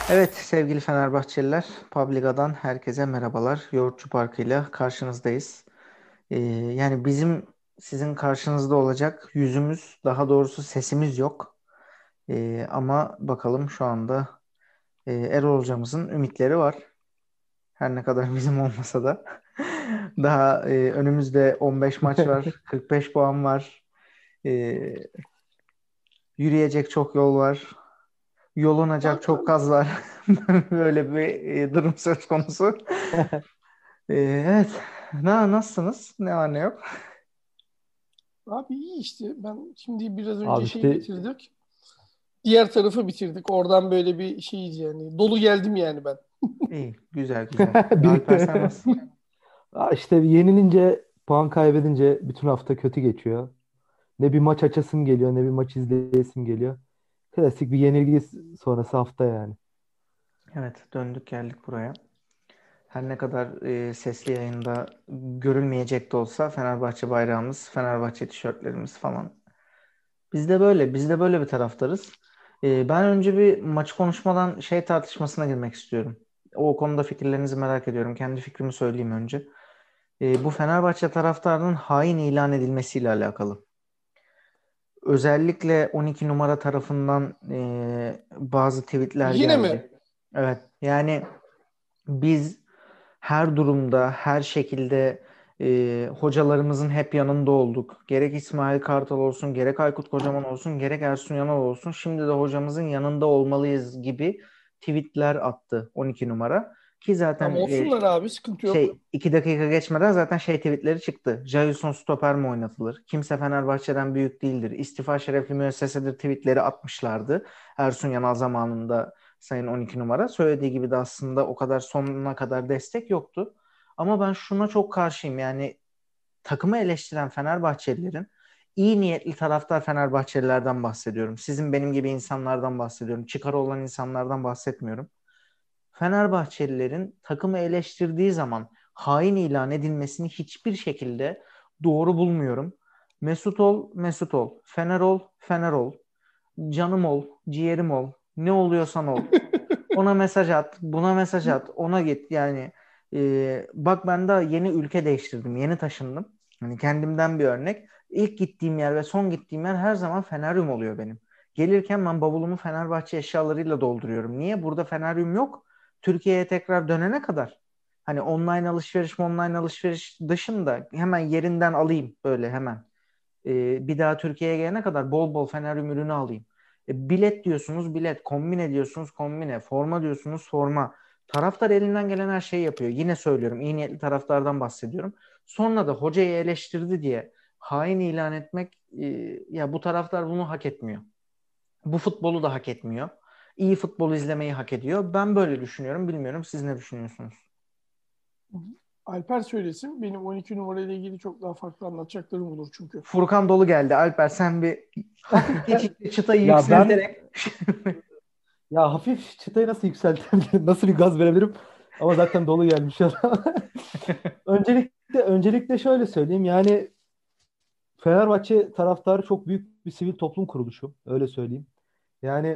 Evet sevgili Fenerbahçeliler, Publiga'dan herkese merhabalar. Yoğurtçu Parkı'yla karşınızdayız. Yani bizim sizin karşınızda olacak yüzümüz, daha doğrusu sesimiz yok. Ama bakalım şu anda Erol hocamızın ümitleri var. Her ne kadar bizim olmasa da. Daha önümüzde 15 maç var, 45 puan var. E, Yürüyecek çok yol var. Yolunacak çok Kankam, kaz var. Böyle bir durum söz konusu. Evet. Nasılsınız? Ne var ne yok? abi iyi işte. Ben şimdi biraz önce Abi şeyi işte bitirdik. Diğer tarafı bitirdik. Oradan böyle bir şeyiz yani. Dolu geldim yani ben. İyi. Güzel güzel. Alper sen birlikte nasılsın? işte yenilince puan kaybedince bütün hafta kötü geçiyor. Ne bir maç açasım geliyor ne bir maç izleyesim geliyor. Klasik bir yenilgi sonrası hafta yani. Evet. Döndük geldik buraya. Her ne kadar sesli yayında görülmeyecek de olsa Fenerbahçe bayrağımız, Fenerbahçe tişörtlerimiz falan. Biz de böyle bir taraftarız. Ben önce bir maçı konuşmadan şey tartışmasına girmek istiyorum. O konuda fikirlerinizi merak ediyorum. Kendi fikrimi söyleyeyim önce. Bu Fenerbahçe taraftarının hain ilan edilmesiyle alakalı. Özellikle 12 numara tarafından bazı tweetler Yine mi? geldi. Evet, yani biz her durumda, her şekilde hocalarımızın hep yanında olduk. Gerek İsmail Kartal olsun, gerek Aykut Kocaman olsun, gerek Ersun Yanal olsun. Şimdi de hocamızın yanında olmalıyız gibi tweetler attı 12 numara. Ki Tamam zaten olsunlar abi, sıkıntı yok. 2 dakika geçmeden zaten tweetleri çıktı. Jailson stoper mi oynatılır? Kimse Fenerbahçe'den büyük değildir. İstifa şerefli müessesedir tweetleri atmışlardı. Ersun Yanal zamanında Sayın 12 numara. Söylediği gibi de aslında o kadar sonuna kadar destek yoktu. Ama ben şuna çok karşıyım. Yani takımı eleştiren Fenerbahçelilerin iyi niyetli taraftar Fenerbahçelilerden bahsediyorum. Sizin benim gibi insanlardan bahsediyorum. Çıkarı olan insanlardan bahsetmiyorum. Fenerbahçelilerin takımı eleştirdiği zaman hain ilan edilmesini hiçbir şekilde doğru bulmuyorum. Mesut ol, Mesut ol. Fener ol, Fener ol. Canım ol, ciğerim ol. Ne oluyorsan ol. Ona mesaj at, buna mesaj at, ona git. Yani bak ben daha yeni ülke değiştirdim, yeni taşındım. Hani kendimden bir örnek. İlk gittiğim yer ve son gittiğim yer her zaman Feneryum oluyor benim. Gelirken ben bavulumu Fenerbahçe eşyalarıyla dolduruyorum. Niye? Burada Feneryum yok. Türkiye'ye tekrar dönene kadar. Hani online alışveriş dışında hemen yerinden alayım böyle hemen. Bir daha Türkiye'ye gelene kadar bol bol Feneryum ürünü alayım. Bilet diyorsunuz bilet, kombine diyorsunuz kombine, forma diyorsunuz forma. Taraftar elinden gelen her şeyi yapıyor. Yine söylüyorum, iyi niyetli taraftardan bahsediyorum. Sonra da hocayı eleştirdi diye hain ilan etmek, ya bu taraftar bunu hak etmiyor. Bu futbolu da hak etmiyor. İyi futbol izlemeyi hak ediyor. Ben böyle düşünüyorum. Bilmiyorum siz ne düşünüyorsunuz? Alper söylesin. Benim 12 numarayla ilgili çok daha farklı anlatacaklarım olur çünkü. Furkan Dolu geldi. Alper sen bir hafif geçişte çıtayı Ya ben yükselterek ya hafif çıtayı nasıl yükseltebilirim? Nasıl bir gaz verebilirim? Ama zaten dolu gelmiş adam. Öncelikle şöyle söyleyeyim. Yani Fenerbahçe taraftarı çok büyük bir sivil toplum kuruluşu. Öyle söyleyeyim. Yani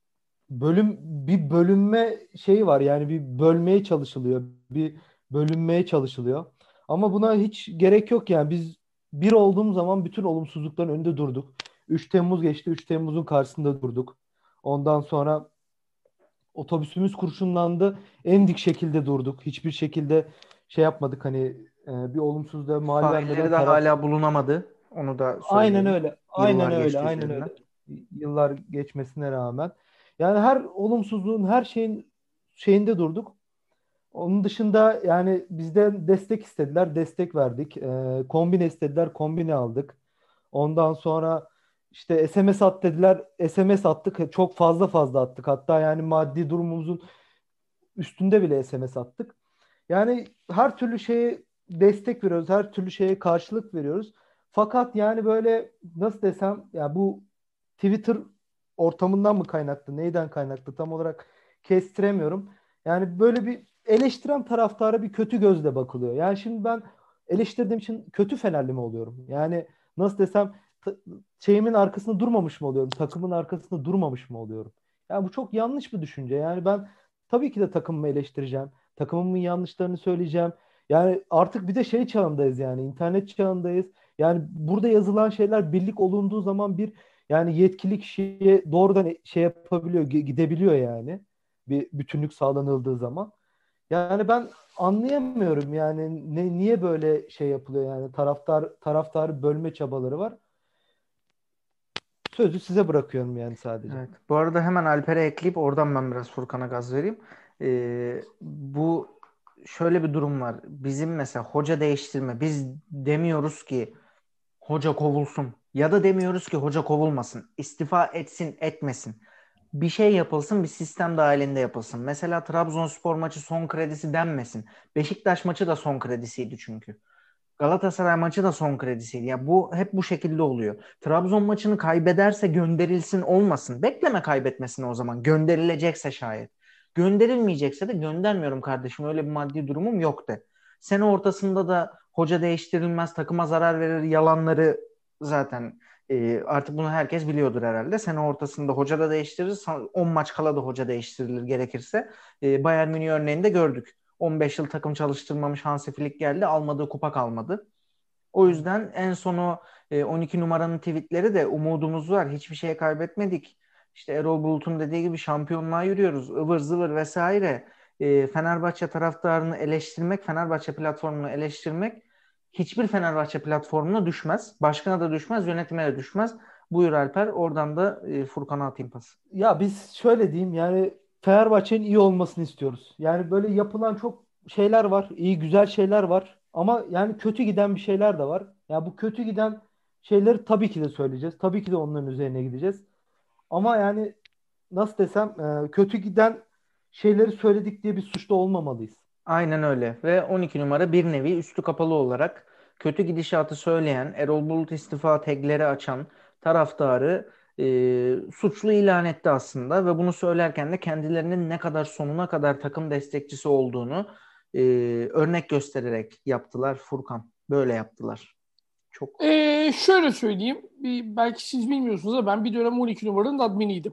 bir bölünme şeyi var. Yani bir bölmeye çalışılıyor. Bir bölünmeye çalışılıyor. Ama buna hiç gerek yok yani. Biz bir olduğumuz zaman bütün olumsuzlukların önünde durduk. 3 Temmuz geçti. 3 Temmuz'un karşısında durduk. Ondan sonra otobüsümüz kurşunlandı. En dik şekilde durduk. Hiçbir şekilde şey yapmadık hani bir olumsuzluğa mal failleri vermeden de hala bulunamadı. Onu da aynen söyleyelim. öyle. Aynen Yıllar öyle. geçti Aynen üzerinden. öyle. Yıllar geçmesine rağmen. Yani her olumsuzluğun, her şeyin şeyinde durduk. Onun dışında yani bizden destek istediler, destek verdik. Kombine istediler, kombine aldık. Ondan sonra işte SMS at dediler, SMS attık. Çok fazla attık. Hatta yani maddi durumumuzun üstünde bile SMS attık. Yani her türlü şeye destek veriyoruz, her türlü şeye karşılık veriyoruz. Fakat yani böyle nasıl desem ya bu Twitter ortamından mı kaynaklı, neyden kaynaklı tam olarak kestiremiyorum. Yani böyle bir eleştiren taraftara bir kötü gözle bakılıyor. Yani şimdi ben eleştirdiğim için kötü Fenerli mi oluyorum? Yani nasıl desem şeyimin arkasında durmamış mı oluyorum? Takımın arkasında durmamış mı oluyorum? Yani bu çok yanlış bir düşünce. Yani ben tabii ki de takımımı eleştireceğim. Takımımın yanlışlarını söyleyeceğim. Yani artık bir de şey çağındayız yani internet çağındayız. Yani burada yazılan şeyler birlik olunduğu zaman bir yani yetkili kişiye doğrudan şey yapabiliyor, gidebiliyor yani. Bir bütünlük sağlanıldığı zaman. Yani ben anlayamıyorum yani niye böyle şey yapılıyor yani taraftarı bölme çabaları var. Sözü size bırakıyorum yani sadece. Evet. Bu arada hemen Alper'e ekleyip oradan ben biraz Furkan'a gaz vereyim. Bu şöyle bir durum var. Bizim mesela hoca değiştirme. Biz demiyoruz ki hoca kovulsun. Ya da demiyoruz ki hoca kovulmasın. İstifa etsin, etmesin. Bir şey yapılsın, bir sistem dahilinde yapılsın. Mesela Trabzonspor maçı son kredisi denmesin. Beşiktaş maçı da son kredisiydi çünkü. Galatasaray maçı da son kredisiydi. Ya bu hep bu şekilde oluyor. Trabzon maçını kaybederse gönderilsin olmasın. Bekleme kaybetmesini o zaman. Gönderilecekse şayet. Gönderilmeyecekse de göndermiyorum kardeşim. Öyle bir maddi durumum yok de. Sene ortasında da hoca değiştirilmez, takıma zarar verir yalanları zaten artık bunu herkes biliyordur herhalde. Sene ortasında hoca da değiştirir. 10 maç kala da hoca değiştirilir gerekirse. Bayern Münih örneğinde gördük. 15 yıl takım çalıştırmamış Hansi Flick geldi. Almadığı kupa kalmadı. O yüzden en sonu 12 numaranın tweetleri de umudumuz var. Hiçbir şeye kaybetmedik. İşte Erol Bulut'un dediği gibi şampiyonluğa yürüyoruz. Ivır zıvır vesaire. Fenerbahçe taraftarını eleştirmek, Fenerbahçe platformunu eleştirmek hiçbir Fenerbahçe platformuna düşmez. Başkana da düşmez, yönetime de düşmez. Buyur Alper. Oradan da Furkan'a atayım pas. Ya biz şöyle diyeyim yani Fenerbahçe'nin iyi olmasını istiyoruz. Yani böyle yapılan çok şeyler var. İyi güzel şeyler var. Ama yani kötü giden bir şeyler de var. Ya bu kötü giden şeyleri tabii ki de söyleyeceğiz. Tabii ki de onların üzerine gideceğiz. Ama yani nasıl desem kötü giden şeyleri söyledik diye bir suçlu olmamalıyız. Aynen öyle ve 12 numara bir nevi üstü kapalı olarak kötü gidişatı söyleyen, Erol Bulut istifa tagleri açan taraftarı suçlu ilan etti aslında ve bunu söylerken de kendilerinin ne kadar sonuna kadar takım destekçisi olduğunu e, örnek göstererek yaptılar Furkan. Böyle yaptılar. Çok Şöyle söyleyeyim. Belki siz bilmiyorsunuz ama ben bir dönem 12 numaranın adminiydim.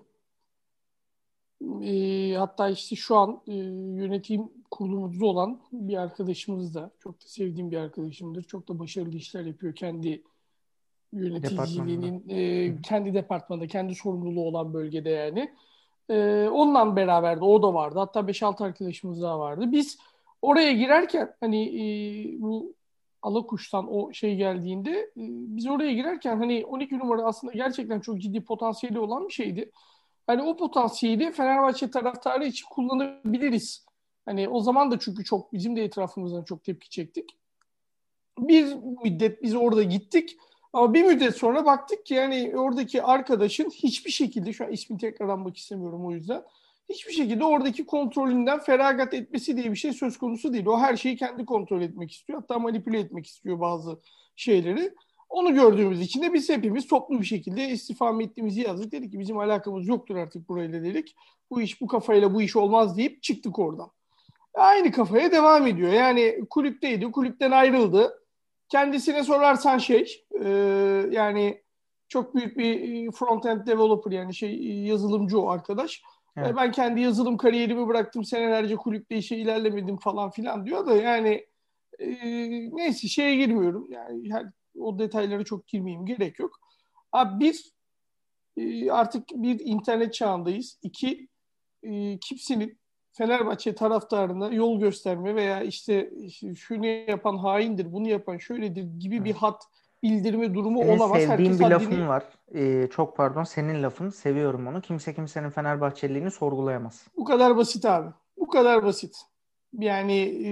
Hatta işte şu an yönetim kurulumuzda olan bir arkadaşımız da çok da sevdiğim bir arkadaşımdır. Çok da başarılı işler yapıyor kendi departmanında. yöneticiliğinin Hı hı. kendi departmanında, kendi sorumluluğu olan bölgede yani. Onunla beraber de o da vardı. Hatta 5-6 arkadaşımız daha vardı. Biz oraya girerken hani bu Alakuş'tan o şey geldiğinde biz oraya girerken hani 12 numara aslında gerçekten çok ciddi potansiyeli olan bir şeydi. Hani o potansiyeli Fenerbahçe taraftarı için kullanabiliriz. Hani o zaman da çünkü çok bizim de etrafımızdan çok tepki çektik. Bir müddet biz orada gittik. Ama bir müddet sonra baktık ki yani oradaki arkadaşın hiçbir şekilde şu an ismini tekrar almak istemiyorum o yüzden. Hiçbir şekilde oradaki kontrolünden feragat etmesi diye bir şey söz konusu değil. O her şeyi kendi kontrol etmek istiyor. Hatta manipüle etmek istiyor bazı şeyleri. Onu gördüğümüz için de biz hepimiz toplu bir şekilde istifa metnimizi yazdık. Dedik ki bizim alakamız yoktur artık burayla dedik. Bu iş bu kafayla bu iş olmaz deyip çıktık oradan. Aynı kafaya devam ediyor. Yani kulüpteydi, kulüpten ayrıldı. Kendisine sorarsan yani çok büyük bir front-end developer yani yazılımcı o arkadaş. Evet. Ben kendi yazılım kariyerimi bıraktım senelerce kulüpte işe ilerlemedim falan filan diyor da yani e, neyse şeye girmiyorum. Yani o detaylara çok girmeyeyim gerek yok. Abi artık bir internet çağındayız. İki kimsenin Fenerbahçe taraftarına yol gösterme veya işte şunu yapan haindir, bunu yapan şöyledir gibi bir Evet. hat bildirme durumu Senin olamaz. sevdiğin Herkes bir haddini lafın var. Çok pardon, senin lafın. Seviyorum onu. Kimse kimsenin Fenerbahçeliliğini sorgulayamaz. bu kadar basit abi. Bu kadar basit. Yani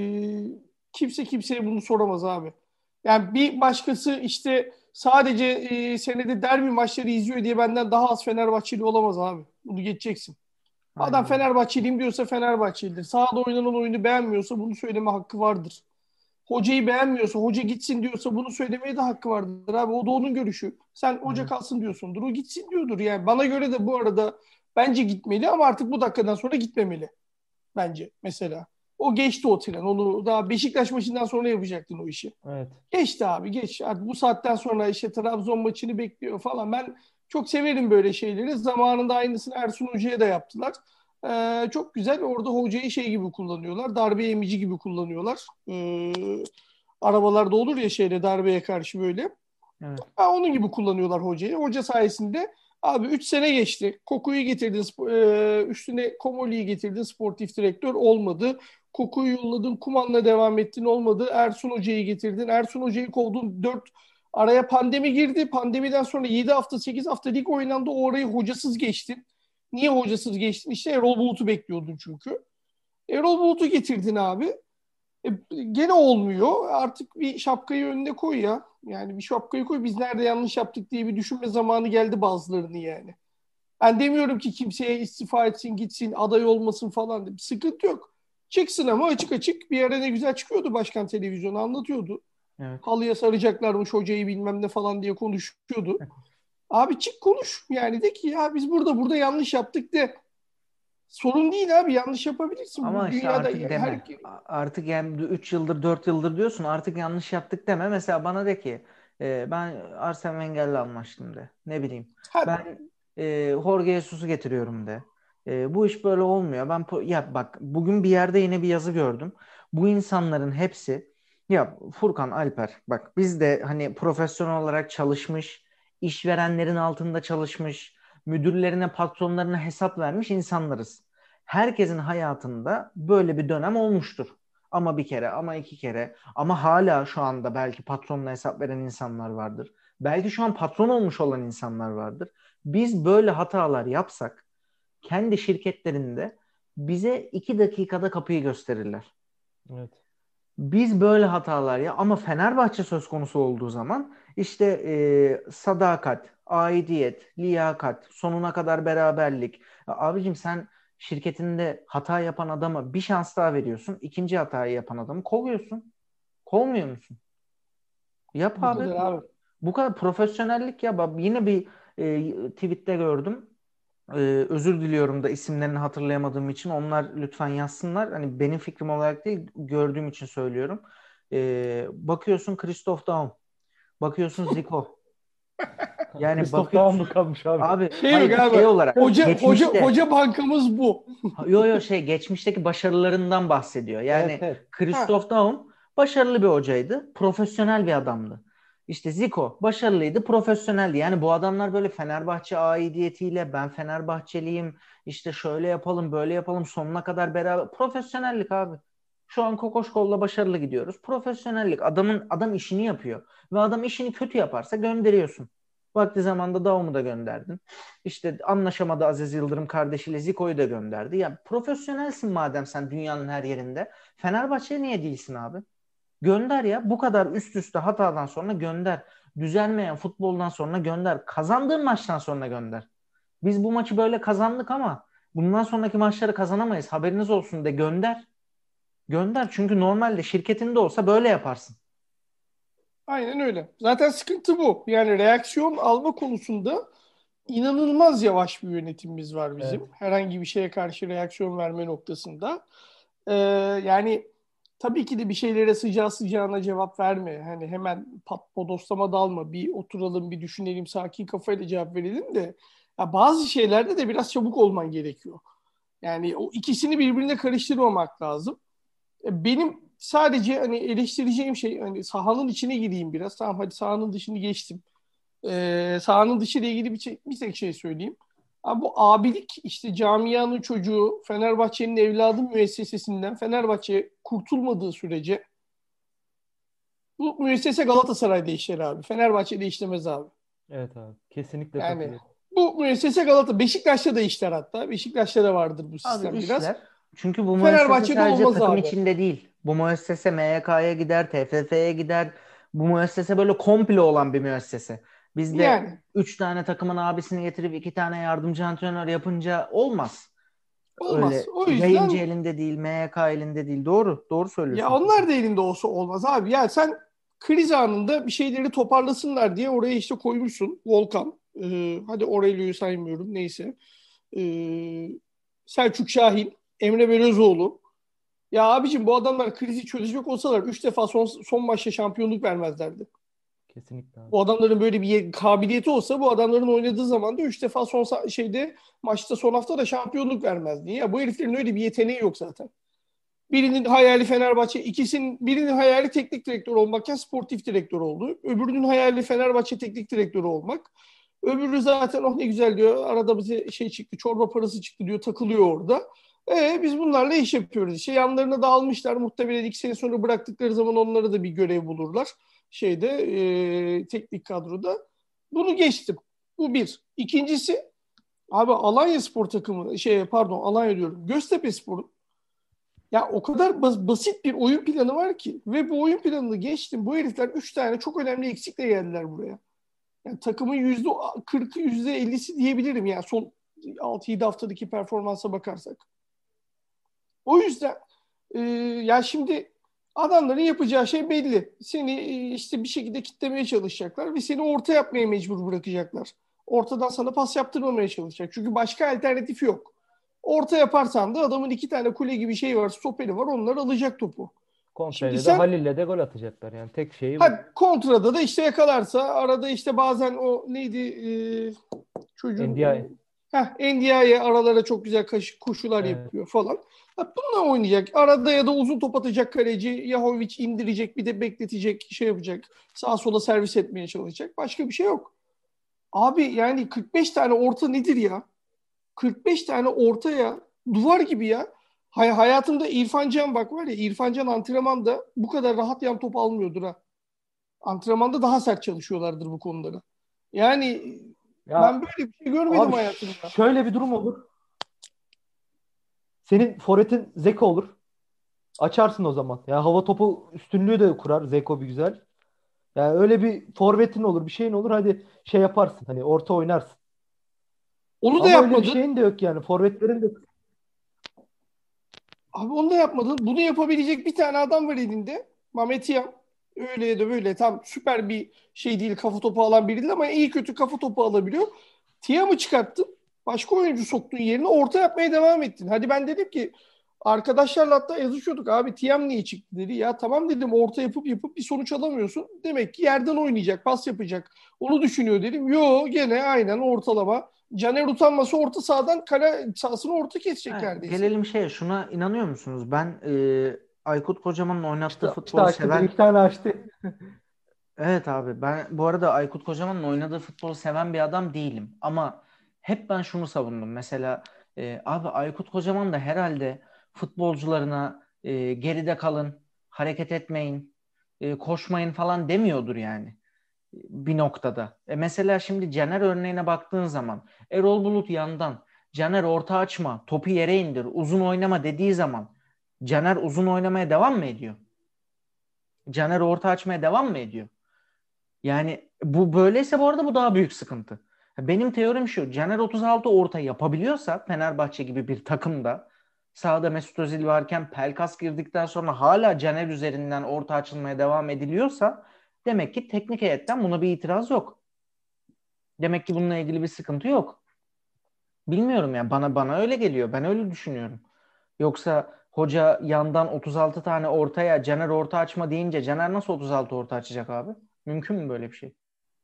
kimse kimseye bunu soramaz abi. Yani bir başkası işte sadece senede derbi maçları izliyor diye benden daha az Fenerbahçeli olamaz abi. Bunu geçeceksin. Adam Aynen öyle. Fenerbahçeliyim diyorsa Fenerbahçelidir. Sahada oynanan oyunu beğenmiyorsa bunu söyleme hakkı vardır. Hocayı beğenmiyorsa, hoca gitsin diyorsa bunu söylemeye de hakkı vardır abi. O da onun görüşü. Sen hoca Aynen. kalsın diyorsundur. O gitsin diyordur. Yani bana göre de bu arada bence gitmeli ama artık bu dakikadan sonra gitmemeli. Bence mesela. O geçti o tren. Onu daha Beşiktaş maçından sonra yapacaktın o işi. Evet. Geçti abi geç. Artık bu saatten sonra işte Trabzon maçını bekliyor falan. Ben Çok severim böyle şeyleri. Zamanında aynısını Ersun Hoca'ya da yaptılar. Çok güzel. Orada hocayı şey gibi kullanıyorlar. Darbe emici gibi kullanıyorlar. Arabalarda olur ya şeyle darbeye karşı böyle. Evet. Onun gibi kullanıyorlar hocayı. Hoca sayesinde abi 3 sene geçti. Koku'yu getirdin. Üstüne Komoli'yi getirdin. Sportif direktör olmadı. Koku'yu yolladın. Kuman'la devam ettin. Olmadı. Ersun Hoca'yı getirdin. Ersun Hoca'yı kovdun. Araya pandemi girdi. Pandemiden sonra 7 hafta 8 hafta lig oynandı. O orayı hocasız geçtin. Niye hocasız geçtin? İşte Erol Bulut'u bekliyordun çünkü. Erol Bulut'u getirdin abi. Gene olmuyor. Artık bir şapkayı önüne koy ya. Yani bir şapkayı koy. Biz nerede yanlış yaptık diye bir düşünme zamanı geldi bazılarını yani. Ben demiyorum ki kimseye istifa etsin, gitsin, aday olmasın falan. Bir sıkıntı yok. Çıksın ama açık açık. Bir ara ne güzel çıkıyordu başkan televizyonu anlatıyordu. Evet. Halıya saracaklarmış hocayı bilmem ne falan diye konuşuyordu. Abi çık konuş. Yani de ki ya biz burada yanlış yaptık de. Sorun değil abi, yanlış yapabilirsin. Ama Bu işte dünyada artık deme. Artık yani 3 yıldır 4 yıldır diyorsun, artık yanlış yaptık deme. Mesela bana de ki ben Arsene Wenger'le anlaştım de. Ne bileyim. her, Ben Jorge Jesus'u getiriyorum de. Bu iş böyle olmuyor. Ya bak, bugün bir yerde yine bir yazı gördüm. Bu insanların hepsi, ya Furkan, Alper, bak biz de hani profesyonel olarak çalışmış, işverenlerin altında çalışmış, müdürlerine, patronlarına hesap vermiş insanlarız. Herkesin hayatında böyle bir dönem olmuştur. Ama bir kere, ama iki kere, ama hala şu anda belki patronla hesap veren insanlar vardır. Belki şu an patron olmuş olan insanlar vardır. Biz böyle hatalar yapsak kendi şirketlerinde bize 2 dakikada kapıyı gösterirler. Evet. Biz böyle hatalar ya, ama Fenerbahçe söz konusu olduğu zaman işte sadakat, aidiyet, liyakat, sonuna kadar beraberlik. Ya abicim, sen şirketinde hata yapan adama bir şans daha veriyorsun. İkinci hatayı yapan adamı kovuyorsun. Kovmuyor musun? Yap bu abi. kadar abi. Bu kadar profesyonellik ya. Bak, yine bir tweette gördüm. Özür diliyorum da isimlerini hatırlayamadığım için. Onlar lütfen yazsınlar. Hani benim fikrim olarak değil, gördüğüm için söylüyorum. Bakıyorsun Christoph Daum. Bakıyorsun Zico. Yani Christoph Daum mu bakıyorsun kalmış abi? abi, Şey yok hayır, şey abi. olarak geçmişte, Hoca bankamız bu. geçmişteki başarılarından bahsediyor. Evet, Yani evet. Ha, Christoph Daum başarılı bir hocaydı. Profesyonel bir adamdı. İşte Zico başarılıydı, profesyoneldi. Yani bu adamlar böyle Fenerbahçe aidiyetiyle, ben Fenerbahçeliyim, işte şöyle yapalım, böyle yapalım, sonuna kadar beraber. Profesyonellik abi. Şu an Kokoşkol'la başarılı gidiyoruz. Profesyonellik. Adam işini yapıyor. Ve adam işini kötü yaparsa gönderiyorsun. Vakti zamanda Daum'u da gönderdin. İşte anlaşamadı Aziz Yıldırım kardeşiyle, Zico'yu da gönderdi. Ya profesyonelsin madem sen dünyanın her yerinde. Fenerbahçe'ye niye değilsin abi? Gönder ya. Bu kadar üst üste hatadan sonra gönder. Düzelmeyen futboldan sonra gönder. Kazandığın maçtan sonra gönder. Biz bu maçı böyle kazandık ama bundan sonraki maçları kazanamayız. Haberiniz olsun de, gönder. Gönder. Çünkü normalde şirketinde olsa böyle yaparsın. aynen öyle. Zaten sıkıntı bu. Yani reaksiyon alma konusunda inanılmaz yavaş bir yönetimimiz var Evet. bizim. Herhangi bir şeye karşı reaksiyon verme noktasında. Yani tabii ki de bir şeylere sıcağı sıcağına cevap verme. Hani hemen pat bodoslama dalma. Bir oturalım, bir düşünelim, sakin kafayla cevap verelim de. Ya bazı şeylerde de biraz çabuk olman gerekiyor. Yani o ikisini birbirine karıştırmamak lazım. Benim sadece hani eleştireceğim şey, hani sahanın içine gireyim biraz. Tamam, hadi sahanın dışını geçtim. Sahanın dışı ile ilgili bir tek şey söyleyeyim. Abi bu abilik işte, camianın çocuğu, Fenerbahçe'nin evladı müessesesinden Fenerbahçe kurtulmadığı sürece bu müessese Galatasaray'da işler abi. Fenerbahçe'de işlemez abi. Evet abi. Kesinlikle Yani katılıyorum. bu müessese Beşiktaş'ta da işler hatta. Beşiktaş'ta da vardır bu Abi sistem biraz. işler. Çünkü bu müessese Fenerbahçe'de sadece olmaz takım abi. içinde değil. Bu müessese MYK'ya gider, TFF'ye gider. Bu müessese böyle komple olan bir müessese. Bizde Yani 3 tane takımın abisini getirip 2 tane yardımcı antrenör yapınca olmaz. olmaz. Öyle O yayıncı yüzden elinde değil, MYK elinde değil. Doğru, doğru ya söylüyorsun. onlar da elinde olsa olmaz abi. Ya sen kriz anında bir şeyleri toparlasınlar diye oraya işte koymuşsun. Volkan. Hadi Aurelio'yu saymıyorum. Neyse. Ee, Selçuk Şahin. Emre Belözoğlu. Ya abicim, bu adamlar krizi çözecek olsalar 3 defa son maçta şampiyonluk vermezlerdi. Kesinlikle abi. Bu adamların böyle bir kabiliyeti olsa bu adamların oynadığı zaman da 3 defa maçta son hafta da şampiyonluk vermezdi. Ya bu heriflerin öyle bir yeteneği yok zaten. Birinin hayali Fenerbahçe, birinin hayali teknik direktör olmakken sportif direktör oldu. Öbürünün hayali Fenerbahçe teknik direktörü olmak. Öbürü zaten oh ne güzel diyor. Arada bize çıktı, çorba parası çıktı diyor, takılıyor orada. Biz bunlarla iş yapıyoruz. Yanlarına da almışlar. Muhtemelen 2 sene sonra bıraktıkları zaman onlara da bir görev bulurlar. Teknik kadroda. Bunu geçtim. Bu bir. İkincisi abi Alanya Spor takımı Alanya diyorum. Göztepespor'un ya o kadar basit bir oyun planı var ki ve bu oyun planını geçtim. Bu herifler 3 tane çok önemli eksikle geldiler buraya. Yani takımın %40'ı %50'si diyebilirim yani son 6-7 haftadaki performansa bakarsak. O yüzden ya şimdi adamların yapacağı şey belli. Seni işte bir şekilde kitlemeye çalışacaklar ve seni orta yapmaya mecbur bırakacaklar. Ortadan sana pas yaptırmamaya çalışacak. Çünkü başka alternatifi yok. Orta yaparsan da adamın 2 tane kule gibi şey var, stoperi var. Onlar alacak topu. Şimdi Kontrayla da Halil'le de gol atacaklar. Yani tek şeyi bu. Kontrada da işte yakalarsa arada işte bazen o neydi çocuğun NDI. NDI'ye aralara çok güzel koşular yapıyor falan. Bununla oynayacak. Arada ya da uzun top atacak kaleci. Yahovic indirecek bir de bekletecek yapacak. Sağa sola servis etmeye çalışacak. Başka bir şey yok. Abi yani 45 tane orta nedir ya? 45 tane ortaya duvar gibi ya. Hayatımda İrfan Can bak var ya İrfan Can antrenmanda bu kadar rahat yan top almıyordur ha. Antrenmanda daha sert çalışıyorlardır bu konuları. Yani ben böyle bir şey görmedim abi, hayatımda. Şöyle bir durum olur. Senin forvetin Zeko olur. Açarsın o zaman. Ya hava topu üstünlüğü de kurar Zeko bir güzel. Yani öyle bir forvetin olur, bir şeyin olur. Hadi yaparsın. Hani orta oynarsın. Onu da Ama öyle bir yapmadın. şeyin de yok yani. Forvetlerin de Abi onu da yapmadın. Bunu yapabilecek bir tane adam var elinde. Mehmet Yam. Öyle ya da böyle tam süper bir şey değil. Kafa topu alan biri değil ama iyi kötü kafa topu alabiliyor. Tiam'ı çıkarttın. Başka oyuncu soktun yerine orta yapmaya devam ettin. Hadi ben dedim ki arkadaşlarla hatta yazışıyorduk. Abi Tiam niye çıktı dedi. Ya tamam dedim orta yapıp bir sonuç alamıyorsun. Demek ki yerden oynayacak, pas yapacak. Onu düşünüyor dedim. Yo gene aynen ortalama. Caner utanmasa orta sahadan kale sahasını orta kesecek neredeyse. Gelelim şuna inanıyor musunuz? Ben Aykut Kocaman'ın oynattığı işte futbolu açtı. Bir seven iki tane açtı. evet abi ben bu arada Aykut Kocaman'ın oynadığı futbolu seven bir adam değilim ama hep ben şunu savundum. Mesela abi Aykut Kocaman da herhalde futbolcularına geride kalın, hareket etmeyin, koşmayın falan demiyordur yani bir noktada. Mesela şimdi Caner örneğine baktığın zaman Erol Bulut yandan, Caner orta açma, topu yere indir, uzun oynama dediği zaman Caner uzun oynamaya devam mı ediyor? Caner orta açmaya devam mı ediyor? Yani bu böyleyse bu arada bu daha büyük sıkıntı. Benim teorim şu. Caner 36 orta yapabiliyorsa Fenerbahçe gibi bir takımda sahada Mesut Özil varken Pelkas girdikten sonra hala Caner üzerinden orta açılmaya devam ediliyorsa demek ki teknik heyetten buna bir itiraz yok. Demek ki bununla ilgili bir sıkıntı yok. Bilmiyorum ya bana öyle geliyor. Ben öyle düşünüyorum. Yoksa hoca yandan 36 tane ortaya Caner orta açma deyince Caner nasıl 36 orta açacak abi? Mümkün mü böyle bir şey?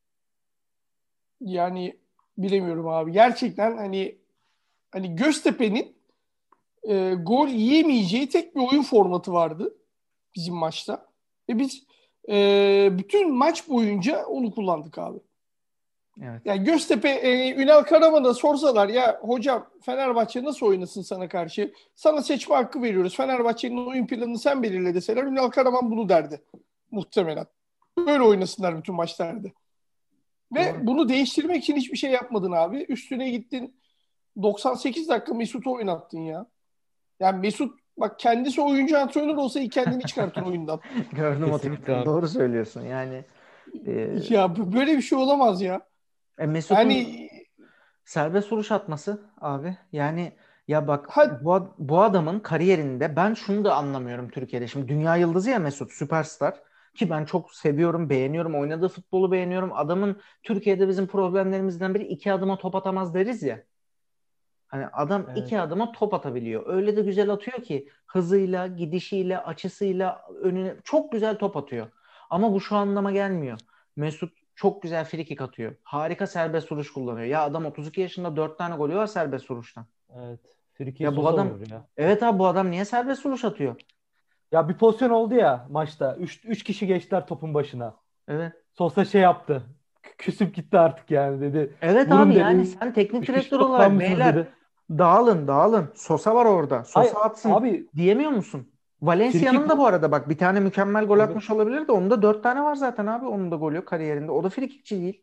Yani bilemiyorum abi. Gerçekten hani Göztepe'nin gol yiyemeyeceği tek bir oyun formatı vardı bizim maçta. Ve biz bütün maç boyunca onu kullandık abi. Evet. Yani Göztepe Ünal Karaman'a sorsalar ya hocam Fenerbahçe nasıl oynasın sana karşı? Sana seçme hakkı veriyoruz. Fenerbahçe'nin oyun planını sen belirle deseler Ünal Karaman bunu derdi. Muhtemelen. Böyle oynasınlar bütün maçlarda. Ve Doğru. bunu değiştirmek için hiçbir şey yapmadın abi. Üstüne gittin 98 dakika Mesut'u oynattın ya. Yani Mesut bak kendisi oyuncu antrenör olsa kendini çıkartır oyundan. Gördüm o Kesinlikle tweetini. abi. Doğru söylüyorsun. Yani Ya böyle bir şey olamaz ya. Mesut'un Yani serbest vuruş atması abi. Yani ya bak ha, bu adamın kariyerinde ben şunu da anlamıyorum Türkiye'de. Şimdi dünya yıldızı ya Mesut, süperstar. Ki ben çok seviyorum, beğeniyorum. Oynadığı futbolu beğeniyorum. Adamın Türkiye'de bizim problemlerimizden biri 2 adıma top atamaz deriz ya. Hani adam Evet. 2 adıma top atabiliyor. Öyle de güzel atıyor ki hızıyla, gidişiyle, açısıyla önüne çok güzel top atıyor. Ama bu şu anlama gelmiyor. Mesut çok güzel frikik atıyor. Harika serbest vuruş kullanıyor. Ya adam 32 yaşında 4 tane golü var serbest vuruştan. Evet. Frikiyi Ya bu Sosa adam vurur ya. evet abi bu adam niye serbest vuruş atıyor? Ya bir pozisyon oldu ya maçta. Üç kişi geçtiler topun başına. Evet. Sosa şey yaptı. Küsüp gitti artık yani dedi. Evet abi Vurun yani dedi. sen teknik Üç kişi direktör olarak toplanmışsınız beyler dedi. dağılın dağılın. Sosa var orada. Hayır Sosa atsın abi diyemiyor musun? Valencia'nın frikik da bu arada bak bir tane mükemmel gol tabii. atmış olabilir de onun da 4 tane var zaten abi. Onun da golü kariyerinde. O da frikikçi değil.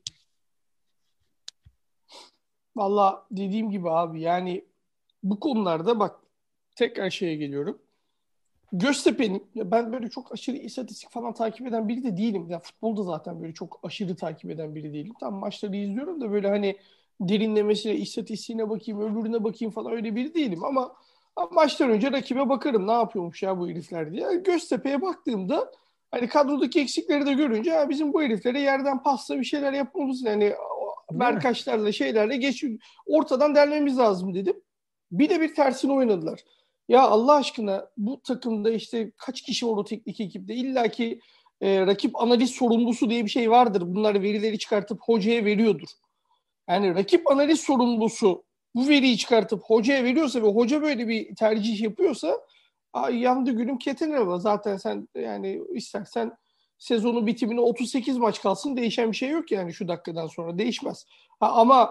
Valla dediğim gibi abi yani bu konularda bak tekrar şeye geliyorum. Göztepe'nin ya ben böyle çok aşırı istatistik falan takip eden biri de değilim. Ya futbolda zaten böyle çok aşırı takip eden biri değilim. Tam maçları izliyorum da böyle hani derinlemesine istatistiğine bakayım, öbürüne bakayım falan öyle biri değilim ama maçtan önce rakibe bakarım ne yapıyormuş ya bu herifler diye. Göztepe'ye baktığımda hani kadrodaki eksikleri de görünce ya bizim bu heriflere yerden pasla bir şeyler yapmamız yani Değil mi? Berkaçlarla şeylerle ortadan delmemiz lazım dedim. Bir de bir tersine oynadılar. Ya Allah aşkına bu takımda işte kaç kişi var o teknik ekipte? İlla ki rakip analiz sorumlusu diye bir şey vardır. Bunlar verileri çıkartıp hocaya veriyordur. Yani rakip analiz sorumlusu bu veriyi çıkartıp hocaya veriyorsa ve hoca böyle bir tercih yapıyorsa ay yandı gülüm keten araba. Zaten sen yani istersen sezonun bitimine 38 maç kalsın değişen bir şey yok yani şu dakikadan sonra değişmez. Ama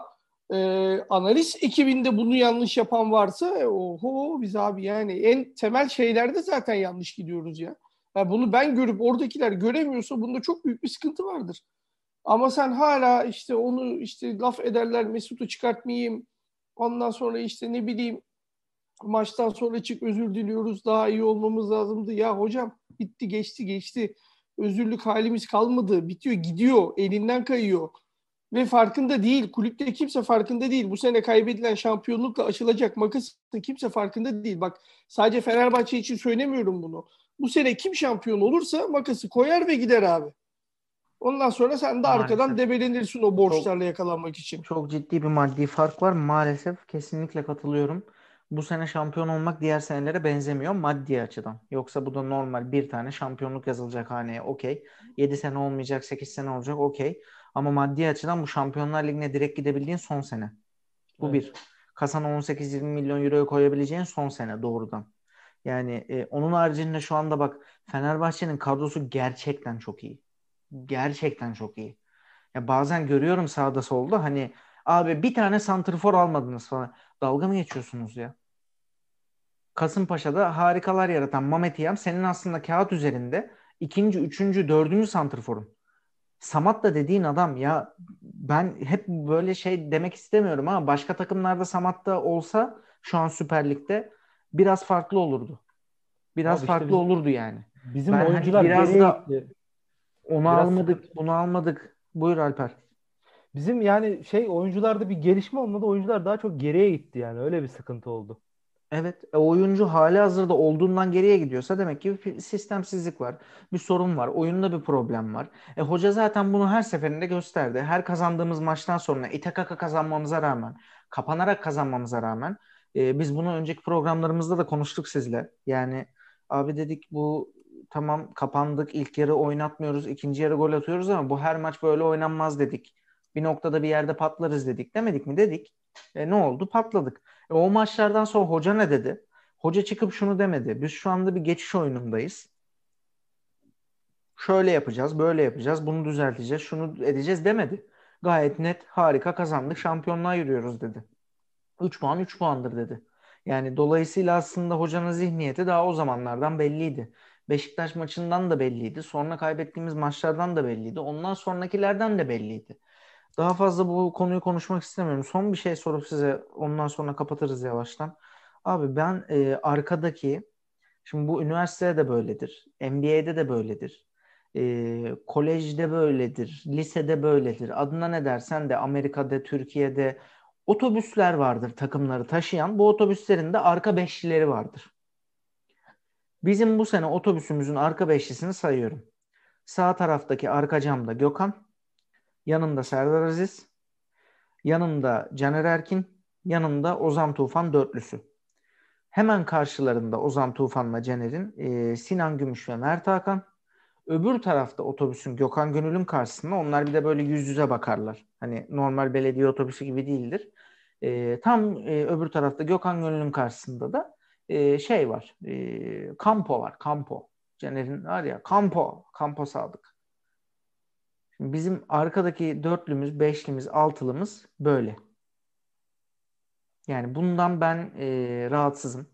analiz ekibinde bunu yanlış yapan varsa oho biz abi yani en temel şeylerde zaten yanlış gidiyoruz ya. Yani bunu ben görüp oradakiler göremiyorsa bunda çok büyük bir sıkıntı vardır. Ama sen hala işte onu işte laf ederler Mesut'u çıkartmayayım. Ondan sonra işte ne bileyim maçtan sonra çık özür diliyoruz daha iyi olmamız lazımdı. Ya hocam bitti geçti geçti. Özürlük halimiz kalmadı. Bitiyor gidiyor elinden kayıyor. Ve farkında değil. Kulüpte kimse farkında değil. Bu sene kaybedilen şampiyonlukla aşılacak makasın kimse farkında değil. Bak sadece Fenerbahçe için söylemiyorum bunu. Bu sene kim şampiyon olursa makası koyar ve gider abi. Ondan sonra sen de arkadan Maalesef. debelenirsin o Çok borçlarla yakalanmak için. çok ciddi bir maddi fark var. Maalesef kesinlikle katılıyorum. Bu sene şampiyon olmak diğer senelere benzemiyor maddi açıdan. Yoksa bu da normal bir tane şampiyonluk yazılacak haneye okey. 7 sene olmayacak 8 sene olacak okey. Ama maddi açıdan bu Şampiyonlar Ligi'ne direkt gidebildiğin son sene. Bu Evet. bir. Kasana 18-20 milyon euroyu koyabileceğin son sene doğrudan. Yani onun haricinde şu anda bak Fenerbahçe'nin kadrosu gerçekten çok iyi. Gerçekten çok iyi. Ya bazen görüyorum sağda solda hani abi bir tane santrfor almadınız falan. Dalga mı geçiyorsunuz ya? Kasımpaşa'da harikalar yaratan Mamet İyam senin aslında kağıt üzerinde ikinci, üçüncü, dördüncü santrforun. Samat da dediğin adam ya ben hep böyle şey demek istemiyorum ama başka takımlarda Samat da olsa şu an Süper Lig'de biraz farklı olurdu. Biraz Abi işte farklı olurdu yani. bizim Ben hani oyuncular biraz geriye da gitti. onu Biraz sıkıntı. almadık, bunu almadık. Buyur Alper. Bizim yani şey oyuncularda bir gelişme olmadı. Oyuncular daha çok geriye gitti yani. Öyle bir sıkıntı oldu. Evet, oyuncu hali hazırda olduğundan geriye gidiyorsa demek ki bir sistemsizlik var. Bir sorun var. Oyunda bir problem var. Hoca zaten bunu her seferinde gösterdi. Her kazandığımız maçtan sonra ite kaka kazanmamıza rağmen, kapanarak kazanmamıza rağmen biz bunu önceki programlarımızda da konuştuk sizle. Yani abi dedik bu tamam kapandık. İlk yarı oynatmıyoruz. İkinci yarı gol atıyoruz ama bu her maç böyle oynanmaz dedik. Bir noktada bir yerde patlarız dedik. Demedik mi dedik. Ne oldu? Patladık. O maçlardan sonra hoca ne dedi? Hoca çıkıp şunu demedi. Biz şu anda bir geçiş oyunundayız. Şöyle yapacağız, böyle yapacağız, bunu düzelteceğiz, şunu edeceğiz demedi. Gayet net, harika kazandık, şampiyonluğa yürüyoruz dedi. 3 puan 3 puandır dedi. Yani dolayısıyla aslında hocanın zihniyeti daha o zamanlardan belliydi. Beşiktaş maçından da belliydi. Sonra kaybettiğimiz maçlardan da belliydi. Ondan sonrakilerden de belliydi. Daha fazla bu konuyu konuşmak istemiyorum. Son bir şey sorup size ondan sonra kapatırız yavaştan. Abi ben arkadaki şimdi bu üniversitede de böyledir. NBA'de de böyledir. Kolejde böyledir. Lisede böyledir. Adına ne dersen de Amerika'da, Türkiye'de otobüsler vardır takımları taşıyan. Bu otobüslerin de arka beşlileri vardır. Bizim bu sene otobüsümüzün arka beşlisini sayıyorum. Sağ taraftaki arka camda Gökhan, yanında Serdar Aziz, yanında Caner Erkin, yanında Ozan Tufan dörtlüsü. Hemen karşılarında Ozan Tufan'la Caner'in Sinan Gümüş ve Mert Hakan. Öbür tarafta otobüsün Gökhan Gönül'ün karşısında onlar bir de böyle yüz yüze bakarlar. Hani normal belediye otobüsü gibi değildir. Tam öbür tarafta Gökhan Gönül'ün karşısında da şey var. Campo var. Campo. Caner'in var ya Campo. Campo Sadık. Şimdi bizim arkadaki dörtlümüz, beşlimiz, altılımız böyle. Yani bundan ben rahatsızım.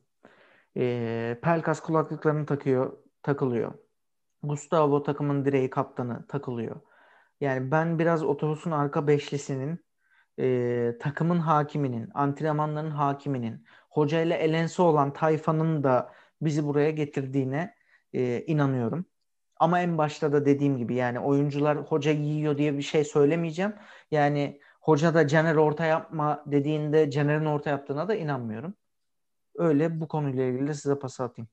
Pelkas kulaklıklarını takılıyor. Gustavo takımın direği kaptanı takılıyor. Yani ben biraz otobüsün arka beşlisinin, takımın hakiminin, antrenmanların hakiminin, hocayla elensi olan tayfanın da bizi buraya getirdiğine inanıyorum. Ama en başta da dediğim gibi yani oyuncular hoca yiyor diye bir şey söylemeyeceğim. Yani hoca da Caner orta yapma dediğinde Caner'in orta yaptığına da inanmıyorum. Öyle bu konuyla ilgili de size pas atayım.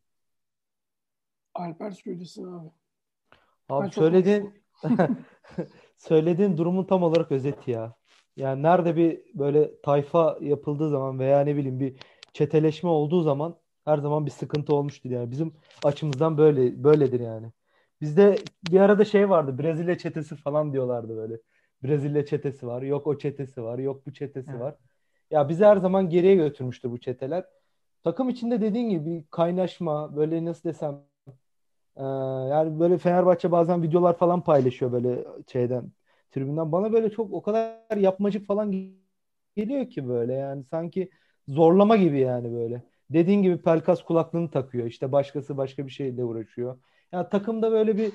Alper söylesin abi. Ben Abi çok konuştum. söylediğin durumun tam olarak özeti ya. Yani nerede bir böyle tayfa yapıldığı zaman veya ne bileyim bir çeteleşme olduğu zaman her zaman bir sıkıntı olmuştur yani. Bizim açımızdan böyledir yani. Bizde bir arada şey vardı. Brezilya çetesi falan diyorlardı böyle. Brezilya çetesi var. Yok o çetesi var. Yok bu çetesi Evet. var. Ya bizi her zaman geriye götürmüştür bu çeteler. Takım içinde dediğin gibi bir kaynaşma böyle nasıl desem yani böyle Fenerbahçe bazen videolar falan paylaşıyor böyle şeyden tribünden. Bana böyle çok o kadar yapmacık falan geliyor ki böyle yani sanki zorlama gibi yani böyle. Dediğin gibi Pelkas kulaklığını takıyor. İşte başkası başka bir şeyle uğraşıyor. Ya takımda böyle bir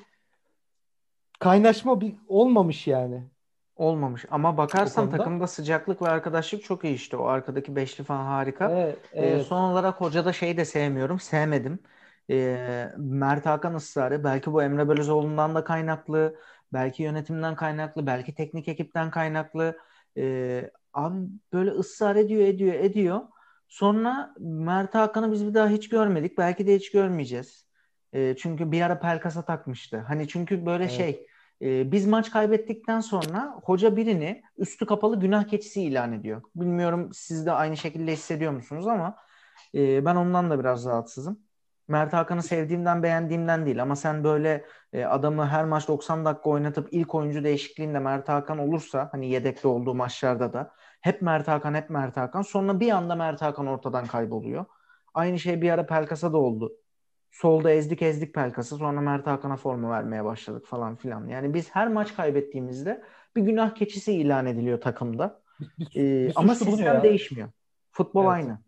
kaynaşma bir olmamış yani Olmamış. Ama o bakarsan konuda. takımda sıcaklık ve arkadaşlık çok iyi işte. O arkadaki beşli falan harika. Evet. Son olarak hocada şeyi de sevmiyorum. Sevmedim. Mert Hakan ısrarı. Belki bu Emre Belözoğlu'ndan da kaynaklı. Belki yönetimden kaynaklı. Belki teknik ekipten kaynaklı. Abi böyle ısrar ediyor. Sonra Mert Hakan'ı biz bir daha hiç görmedik. Belki de hiç görmeyeceğiz. Çünkü bir ara Pelkas'a takmıştı. Hani çünkü böyle Evet. şey biz maç kaybettikten sonra hoca birini üstü kapalı günah keçisi ilan ediyor. Bilmiyorum siz de aynı şekilde hissediyor musunuz ama ben ondan da biraz rahatsızım. Mert Hakan'ı sevdiğimden beğendiğimden değil ama sen böyle adamı her maç 90 dakika oynatıp ilk oyuncu değişikliğinde Mert Hakan olursa hani yedekte olduğu maçlarda da hep Mert Hakan hep Mert Hakan sonra bir anda Mert Hakan ortadan kayboluyor. Aynı şey bir ara Pelkas'a da oldu. Solda ezdik Pelkas'ı. Sonra Mert Hakan'a forma vermeye başladık falan filan. Yani biz her maç kaybettiğimizde bir günah keçisi ilan ediliyor takımda. Bir Ama suçlu bulunuyor sistem ya. değişmiyor. Futbol Evet. aynı.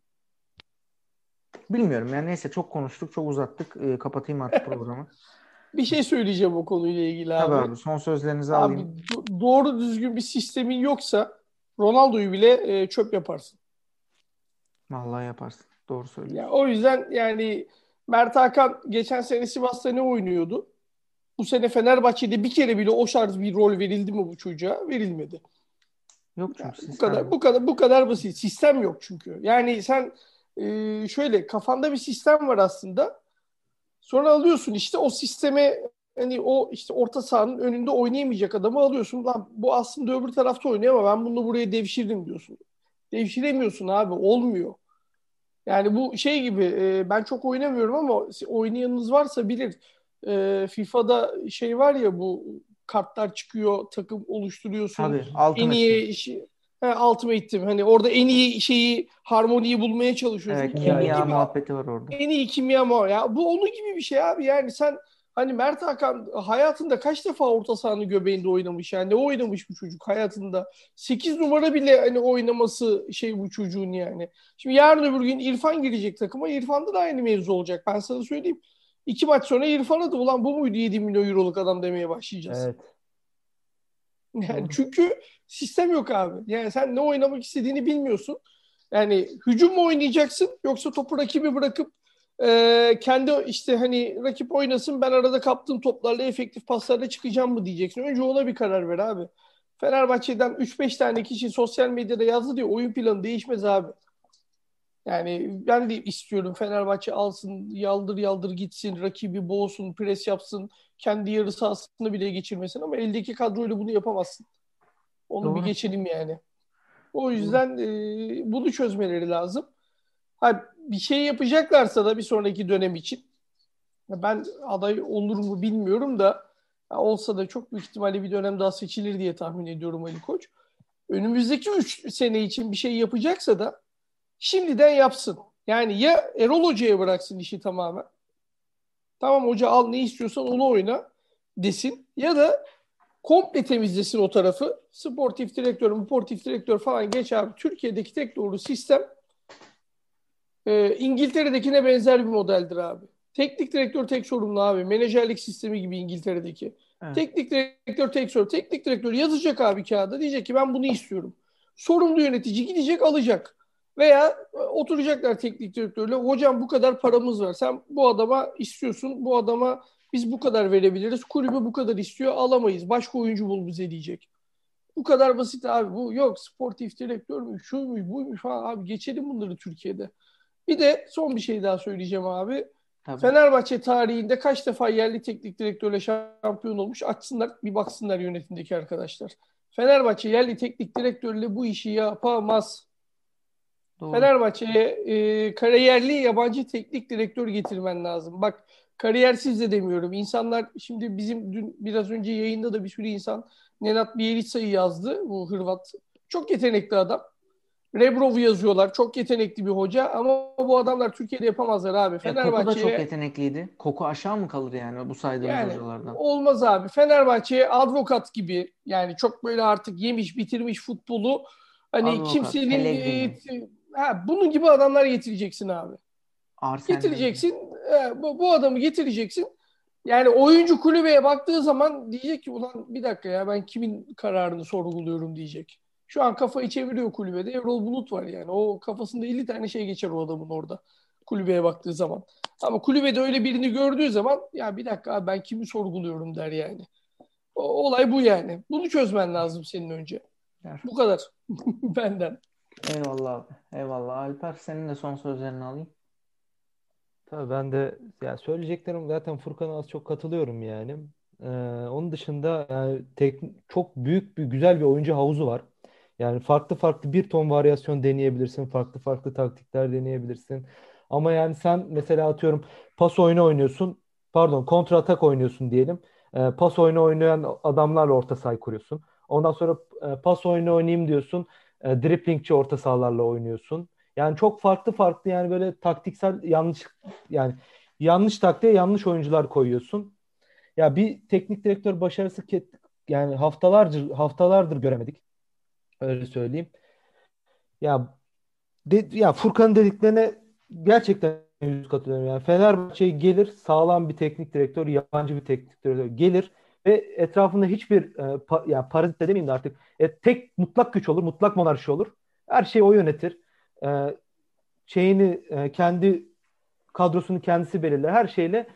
Bilmiyorum yani neyse çok konuştuk, çok uzattık. Kapatayım artık programı. Bir şey söyleyeceğim o konuyla ilgili Tabii abi. abi son sözlerinizi Abi alayım. doğru düzgün bir sistemin yoksa Ronaldo'yu bile çöp yaparsın. Vallahi yaparsın. Doğru Ya, söylüyorsun. o yüzden yani Mert Hakan geçen sene Sivas'ta ne oynuyordu? Bu sene Fenerbahçe'de bir kere bile o tarz bir rol verildi mi bu çocuğa? Verilmedi. Yok Yani çünkü bu sistem kadar yok. bu kadar bu kadar basit. Sistem yok çünkü. Yani sen şöyle kafanda bir sistem var aslında. Sonra alıyorsun işte o sisteme hani o işte orta sahanın önünde oynayamayacak adamı alıyorsun. Lan bu aslında öbür tarafta oynuyor ama ben bunu buraya devşirdim diyorsun. Devşiremiyorsun abi olmuyor. Yani bu şey gibi ben çok oynamıyorum ama oynayanınız varsa bilir. FIFA'da şey var ya bu kartlar çıkıyor, takım oluşturuyorsun. Tabii En Ultimate Team. iyi Ultimate Team. Hani orada en iyi şeyi, harmoniyi bulmaya çalışıyorsun. Onun Kimyayı. Kimya gibi muhabbeti var orada. en iyi kimya mı? Ya bu onun gibi bir şey abi. Yani sen hani Mert Hakan hayatında kaç defa orta sahanın göbeğinde oynamış? Yani ne oynamış bu çocuk hayatında? 8 numara bile hani oynaması şey bu çocuğun yani. Şimdi yarın öbür gün İrfan girecek takıma. İrfan'da da aynı mevzu olacak. Ben sana söyleyeyim. 2 maç sonra İrfan'a da ulan bu muydu 7 milyon euroluk adam demeye başlayacağız. Evet. Yani Doğru. çünkü sistem yok abi. Yani sen ne oynamak istediğini bilmiyorsun. Yani hücum mu oynayacaksın yoksa topu rakibi bırakıp kendi işte hani rakip oynasın ben arada kaptığım toplarla efektif paslarla çıkacağım mı diyeceksin. Önce ona bir karar ver abi. Fenerbahçe'den 3-5 tane kişi sosyal medyada yazdı diye oyun planı değişmez abi. Yani ben de istiyorum Fenerbahçe alsın, yaldır yaldır gitsin, rakibi boğsun, pres yapsın, kendi yarı sahasını bile geçirmesin ama eldeki kadroyla bunu yapamazsın. Onu bir Doğru. geçelim yani. O Doğru. yüzden bunu çözmeleri lazım. Ha, bir şey yapacaklarsa da bir sonraki dönem için Ben aday olur mu bilmiyorum da olsa da çok büyük ihtimalle bir dönem daha seçilir diye tahmin ediyorum Ali Koç. Önümüzdeki 3 sene için bir şey yapacaksa da şimdiden yapsın. Yani ya Erol Hoca'ya bıraksın işi tamamen. Tamam hoca al ne istiyorsan onu oyna desin. Ya da komple temizlesin o tarafı. Sportif direktör falan geç abi. Türkiye'deki tek doğru sistem İngiltere'dekine benzer bir modeldir abi. Teknik direktör tek sorumlu abi. Menajerlik sistemi gibi İngiltere'deki. Evet. Teknik direktör tek sorumlu. Teknik direktör yazacak abi kağıda. Diyecek ki ben bunu istiyorum. Sorumlu yönetici gidecek alacak. Veya oturacaklar teknik direktörle. Hocam bu kadar paramız var. Sen bu adama istiyorsun. Bu adama biz bu kadar verebiliriz. Kulübü bu kadar istiyor. Alamayız. Başka oyuncu bul bize diyecek. Bu kadar basit abi. Bu yok sportif direktör mü? Şuymuş buymuş falan. Abi geçelim bunları Türkiye'de. Bir de son bir şey daha söyleyeceğim abi. Tabii. Fenerbahçe tarihinde kaç defa yerli teknik direktörle şampiyon olmuş açsınlar bir baksınlar yönetimdeki arkadaşlar. Fenerbahçe yerli teknik direktörle bu işi yapamaz. Doğru. Fenerbahçe'ye kariyerli yabancı teknik direktör getirmen lazım. Bak kariyersiz de demiyorum. İnsanlar şimdi bizim dün biraz önce yayında da bir sürü insan Nenad Bjeliça'yı yazdı. Bu Hırvat. Çok yetenekli adam. Rebrov'u yazıyorlar. Çok yetenekli bir hoca ama bu adamlar Türkiye'de yapamazlar abi. Koku da çok Fenerbahçe'ye yetenekliydi. Koku aşağı mı kalır yani bu saydığımız yani hocalardan? olmaz abi. Fenerbahçe'ye advokat gibi yani çok böyle artık yemiş bitirmiş futbolu hani Advokat, kimsenin Pellegrini, bunun gibi adamlar getireceksin abi. Arsene Wenger. Getireceksin. Bu adamı getireceksin. Yani oyuncu kulübeye baktığı zaman diyecek ki ulan bir dakika ya ben kimin kararını sorguluyorum diyecek. Şu an kafayı çeviriyor kulübede. Erol Bulut var yani. O kafasında 50 tane şey geçer o adamın orada. Kulübeye baktığı zaman. Ama kulübede öyle birini gördüğü zaman ya bir dakika abi ben kimi sorguluyorum der yani. Olay bu yani. Bunu çözmen lazım senin önce. Der. Bu kadar. Benden. Eyvallah abi. Eyvallah. Alper senin de son sözlerini alayım. Tabii ben de ya söyleyeceklerim zaten Furkan'a az çok katılıyorum yani. Ee, Onun dışında yani çok büyük bir güzel bir oyuncu havuzu var. Yani farklı farklı bir ton varyasyon deneyebilirsin. Farklı farklı taktikler deneyebilirsin. Ama yani sen mesela atıyorum pas oyunu oynuyorsun. Pardon kontra atak oynuyorsun diyelim. Pas oyunu oynayan adamlarla orta saha kuruyorsun. Ondan sonra pas oyunu oynayayım diyorsun. Driplingçi orta sahalarla oynuyorsun. Yani çok farklı farklı yani böyle taktiksel yani yanlış taktiğe yanlış oyuncular koyuyorsun. Ya bir teknik direktör başarısı yani haftalardır göremedik. Öyle söyleyeyim. Ya ya Furkan'ın dediklerine gerçekten yüz katılıyorum. Yani Fenerbahçe'ye gelir sağlam bir teknik direktör, yabancı bir teknik direktör gelir ve etrafında hiçbir ya parazit de demeyeyim de artık tek mutlak güç olur, mutlak monarşi olur. Her şeyi o yönetir. E, Kendi kadrosunu kendisi belirler. Her şeyle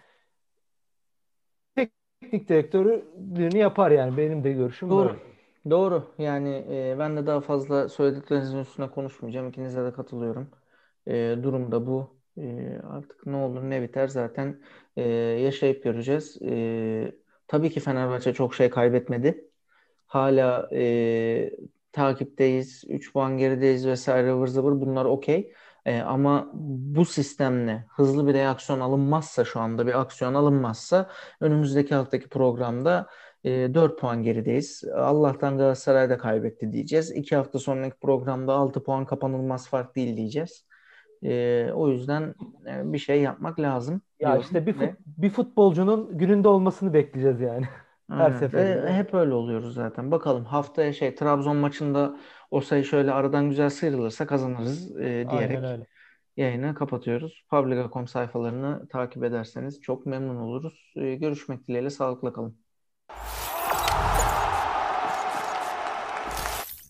teknik direktörlüğünü yapar yani. Benim de görüşüm Doğru. böyle. Doğru. Yani ben de daha fazla söylediklerinizin üstüne konuşmayacağım. İkinize de katılıyorum. Durum da bu. Artık ne olur ne biter zaten yaşayıp göreceğiz. Tabii ki Fenerbahçe çok şey kaybetmedi. Hala takipteyiz. 3 puan gerideyiz vesaire ıvır zıvır bunlar okey. Ama bu sistemle hızlı bir reaksiyon alınmazsa şu anda bir aksiyon alınmazsa önümüzdeki haftaki programda 4 puan gerideyiz. Allah'tan Galatasaray da kaybetti diyeceğiz. 2 hafta sonraki programda 6 puan kapanılmaz fark değil diyeceğiz. O yüzden bir şey yapmak lazım Ya diyorum işte ve bir futbolcunun gününde olmasını bekleyeceğiz yani. Her aynen. Ve seferinde. hep öyle oluyoruz zaten. Bakalım haftaya Trabzon maçında o sayı şöyle aradan güzel sıyrılırsa kazanırız Aynen diyerek öyle. yayını kapatıyoruz. Publica.com sayfalarını takip ederseniz çok memnun oluruz. Görüşmek dileğiyle sağlıkla kalın.